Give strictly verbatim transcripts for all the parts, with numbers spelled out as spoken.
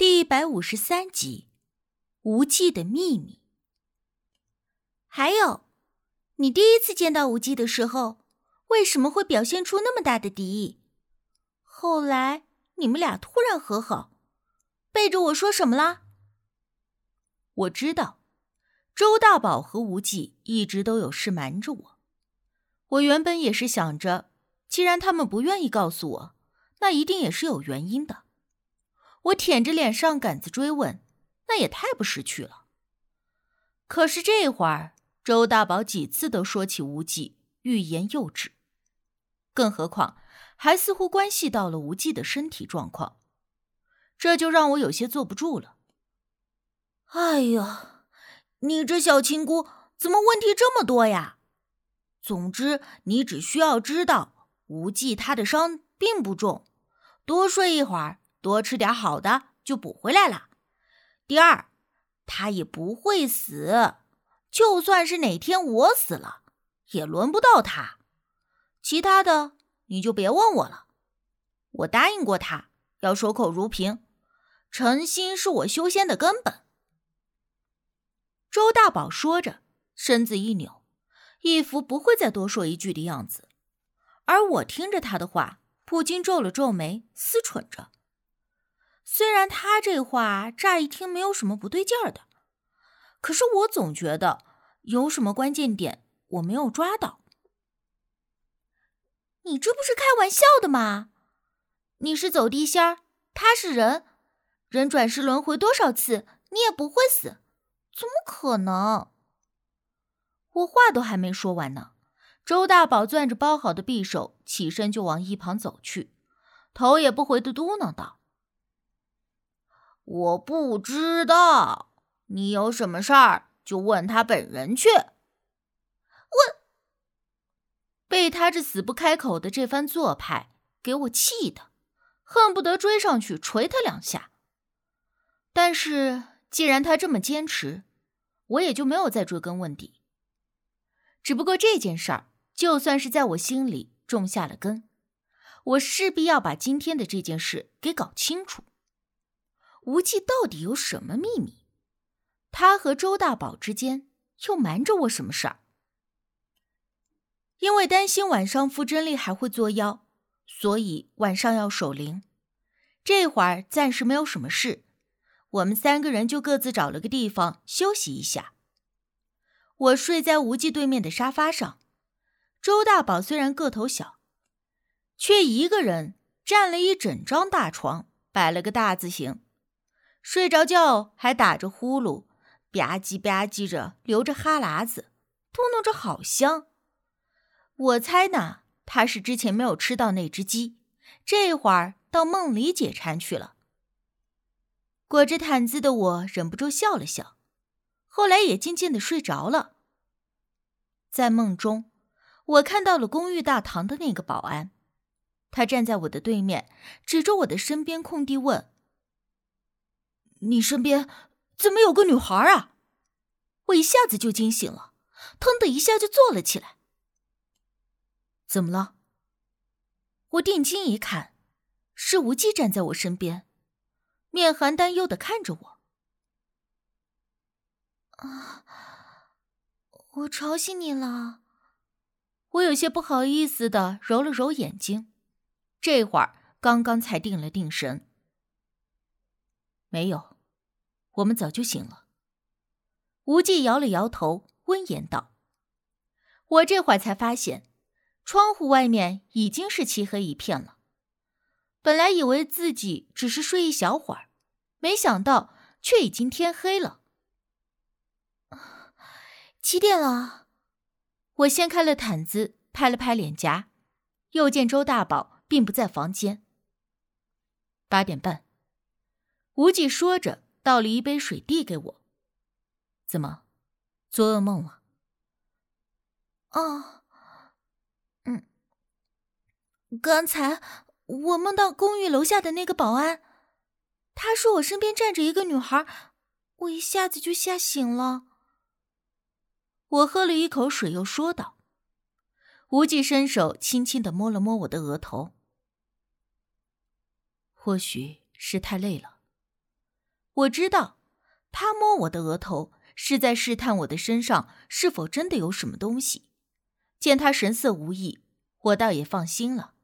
第一百五十三集，无忌的秘密。还有，你第一次见到无忌的时候，为什么会表现出那么大的敌意？后来你们俩突然和好，背着我说什么啦？我知道，周大宝和无忌一直都有事瞒着我。我原本也是想着，既然他们不愿意告诉我，那一定也是有原因的。我舔着脸上杆子追问，那也太不识趣了。可是这会儿，周大宝几次都说起无忌，欲言又止。更何况，还似乎关系到了无忌的身体状况，这就让我有些坐不住了。哎呀，你这小亲姑怎么问题这么多呀？总之，你只需要知道，无忌他的伤并不重，多睡一会儿，多吃点好的就补回来了。第二，他也不会死，就算是哪天我死了，也轮不到他。其他的你就别问我了。我答应过他，要守口如瓶，诚心是我修仙的根本。周大宝说着，身子一扭，一副不会再多说一句的样子。而我听着他的话，不禁皱了皱眉，思忖着。虽然他这话乍一听没有什么不对劲儿的，可是我总觉得有什么关键点我没有抓到。你这不是开玩笑的吗？你是走地仙儿，他是人，人转世轮回多少次，你也不会死，怎么可能？我话都还没说完呢，周大宝攥着包好的匕首，起身就往一旁走去，头也不回地嘟囔道：我不知道，你有什么事儿就问他本人去。我被他这死不开口的这番做派给我气的，恨不得追上去捶他两下。但是既然他这么坚持，我也就没有再追根问底。只不过这件事儿就算是在我心里种下了根，我势必要把今天的这件事给搞清楚。无忌到底有什么秘密？他和周大宝之间又瞒着我什么事儿？因为担心晚上傅真丽还会作妖，所以晚上要守灵。这会儿暂时没有什么事，我们三个人就各自找了个地方休息一下。我睡在无忌对面的沙发上，周大宝虽然个头小，却一个人占了一整张大床，摆了个大字形，睡着觉还打着呼噜，吧唧吧唧着流着哈喇子，嘟囔着好香。我猜呢，他是之前没有吃到那只鸡，这会儿到梦里解馋去了。裹着毯子的我忍不住笑了笑，后来也渐渐地睡着了。在梦中，我看到了公寓大堂的那个保安，他站在我的对面，指着我的身边空地问：你身边怎么有个女孩啊？我一下子就惊醒了，腾的一下就坐了起来。怎么了？我定睛一看，是无忌站在我身边，面含担忧地看着我。啊，我吵醒你了。我有些不好意思地揉了揉眼睛，这会儿刚刚才定了定神。没有，我们早就醒了。无忌摇了摇头，温言道。我这会儿才发现，窗户外面已经是漆黑一片了。本来以为自己只是睡一小会儿，没想到却已经天黑了。几点了？我掀开了毯子，拍了拍脸颊，又见周大宝并不在房间。八点半。无忌说着，倒了一杯水递给我。怎么，做噩梦了？哦，嗯，刚才我梦到公寓楼下的那个保安，他说我身边站着一个女孩，我一下子就吓醒了。我喝了一口水，又说道。无忌伸手轻轻地摸了摸我的额头。或许是太累了， 我知道，他摸我的额头是在试探我的身上是否真的有什么东西。见他神色无异，我倒也放心了。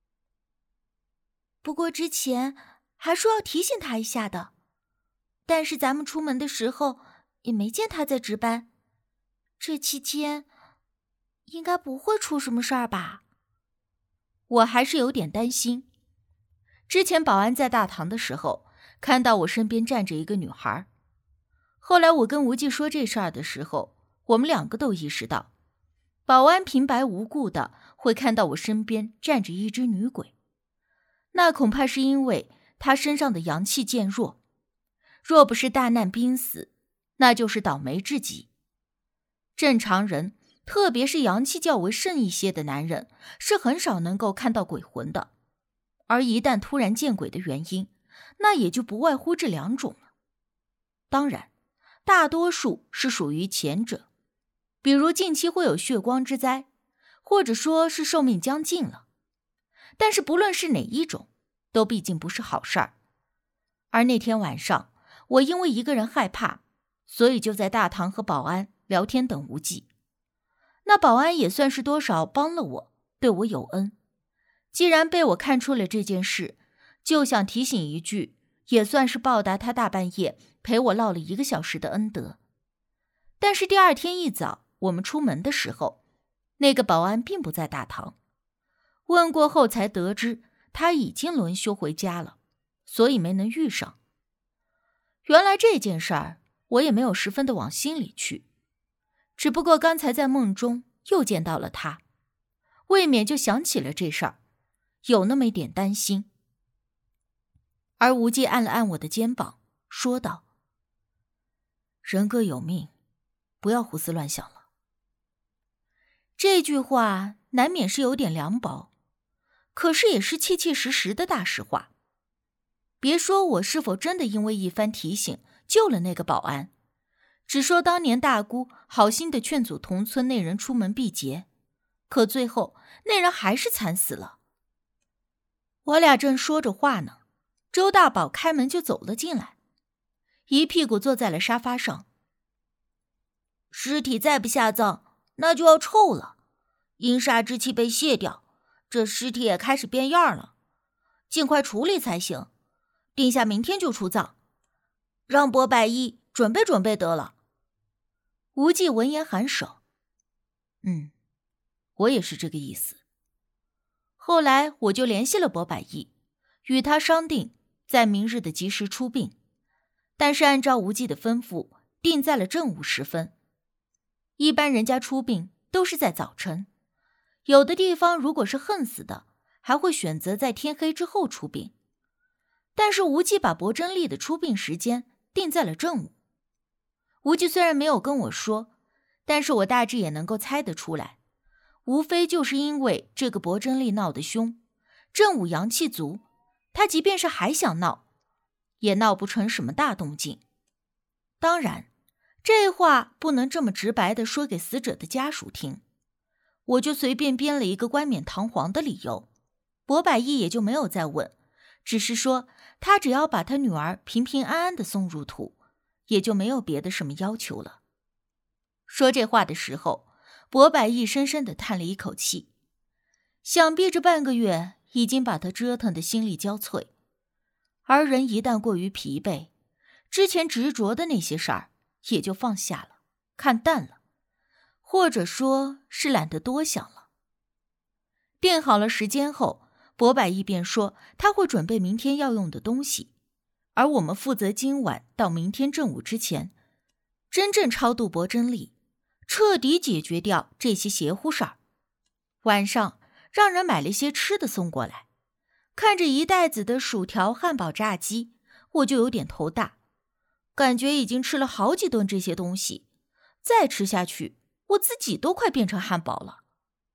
不过之前还说要提醒他一下的，但是咱们出门的时候也没见他在值班，这期间应该不会出什么事儿吧？我还是有点担心。之前保安在大堂的时候，看到我身边站着一个女孩。后来我跟无忌说这事儿的时候，我们两个都意识到，保安平白无故的会看到我身边站着一只女鬼，那恐怕是因为她身上的阳气渐弱，若不是大难濒死，那就是倒霉至极。正常人，特别是阳气较为盛一些的男人，是很少能够看到鬼魂的。而一旦突然见鬼的原因，那也就不外乎这两种了。当然，大多数是属于前者，比如近期会有血光之灾，或者说是寿命将近了。但是不论是哪一种，都毕竟不是好事儿。而那天晚上，我因为一个人害怕，所以就在大堂和保安聊天等无忌。那保安也算是多少帮了我，对我有恩。既然被我看出了这件事，就想提醒一句，也算是报答他大半夜陪我唠了一个小时的恩德。但是第二天一早，我们出门的时候，那个保安并不在大堂。问过后才得知，他已经轮休回家了，所以没能遇上。原来这件事儿，我也没有十分的往心里去。只不过刚才在梦中又见到了他，未免就想起了这事儿，有那么一点担心。而无忌按了按我的肩膀，说道：人各有命，不要胡思乱想了。这句话难免是有点凉薄，可是也是切切实实的大实话。别说我是否真的因为一番提醒救了那个保安，只说当年大姑好心的劝阻同村那人出门避劫，可最后那人还是惨死了。我俩正说着话呢，周大宝开门就走了进来，一屁股坐在了沙发上。尸体再不下葬，那就要臭了，阴煞之气被泄掉，这尸体也开始变样了，尽快处理才行，定下明天就出葬，让博百亿准备准备得了。无忌闻言颔首，嗯，我也是这个意思。后来我就联系了博百亿，与他商定在明日的及时出殡，但是按照无忌的吩咐，定在了正午时分。一般人家出殡都是在早晨，有的地方如果是恨死的，还会选择在天黑之后出殡。但是无忌把博真丽的出殡时间定在了正午。无忌虽然没有跟我说，但是我大致也能够猜得出来，无非就是因为这个博真丽闹得凶，正午阳气足，他即便是还想闹，也闹不成什么大动静。当然，这话不能这么直白地说给死者的家属听，我就随便编了一个冠冕堂皇的理由，博百亿也就没有再问，只是说他只要把他女儿平平安安地送入土，也就没有别的什么要求了。说这话的时候，博百亿深深地叹了一口气，想必这半个月已经把他折腾得心力交瘁，而人一旦过于疲惫，之前执着的那些事儿也就放下了，看淡了，或者说是懒得多想了。定好了时间后，博百亿便说他会准备明天要用的东西，而我们负责今晚到明天正午之前，真正超度博真丽，彻底解决掉这些邪乎事儿。晚上让人买了些吃的送过来，看着一袋子的薯条、汉堡、炸鸡，我就有点头大，感觉已经吃了好几顿这些东西，再吃下去，我自己都快变成汉堡了。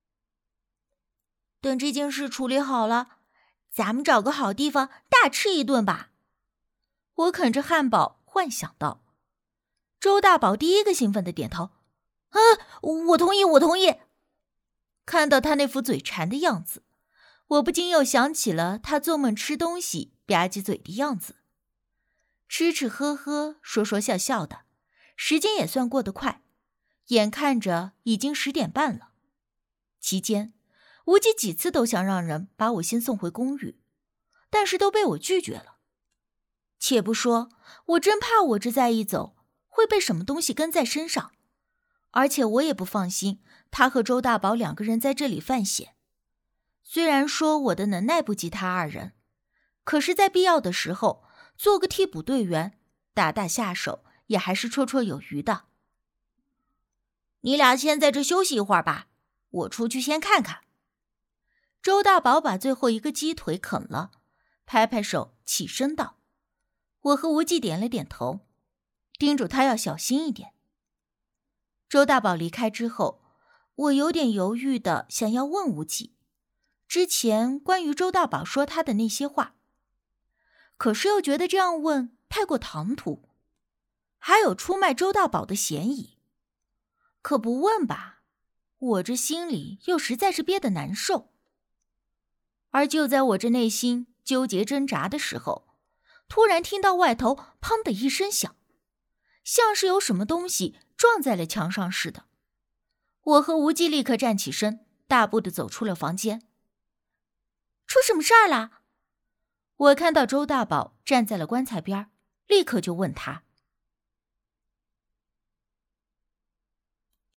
等这件事处理好了，咱们找个好地方大吃一顿吧。我啃着汉堡幻想道。周大宝第一个兴奋的点头，啊，我同意，我同意。看到他那副嘴馋的样子，我不禁又想起了他做梦吃东西吧唧嘴的样子。 吃吃喝喝，说说笑笑的，时间也算过得快，眼看着已经十点半了。期间，无忌几次都想让人把我先送回公寓，但是都被我拒绝了。且不说，我真怕我这再一走，会被什么东西跟在身上，而且我也不放心他和周大宝两个人在这里犯险。虽然说我的能耐不及他二人，可是在必要的时候，做个替补队员，打打下手也还是绰绰有余的。你俩先在这休息一会儿吧，我出去先看看。周大宝把最后一个鸡腿啃了，拍拍手起身道。我和无忌点了点头，叮嘱他要小心一点。周大宝离开之后，我有点犹豫的想要问无忌之前关于周大宝说他的那些话，可是又觉得这样问太过唐突，还有出卖周大宝的嫌疑。可不问吧，我这心里又实在是憋得难受。而就在我这内心纠结挣扎的时候，突然听到外头砰的一声响，像是有什么东西撞在了墙上似的。我和无忌立刻站起身，大步地走出了房间。出什么事儿了？我看到周大宝站在了棺材边，立刻就问他。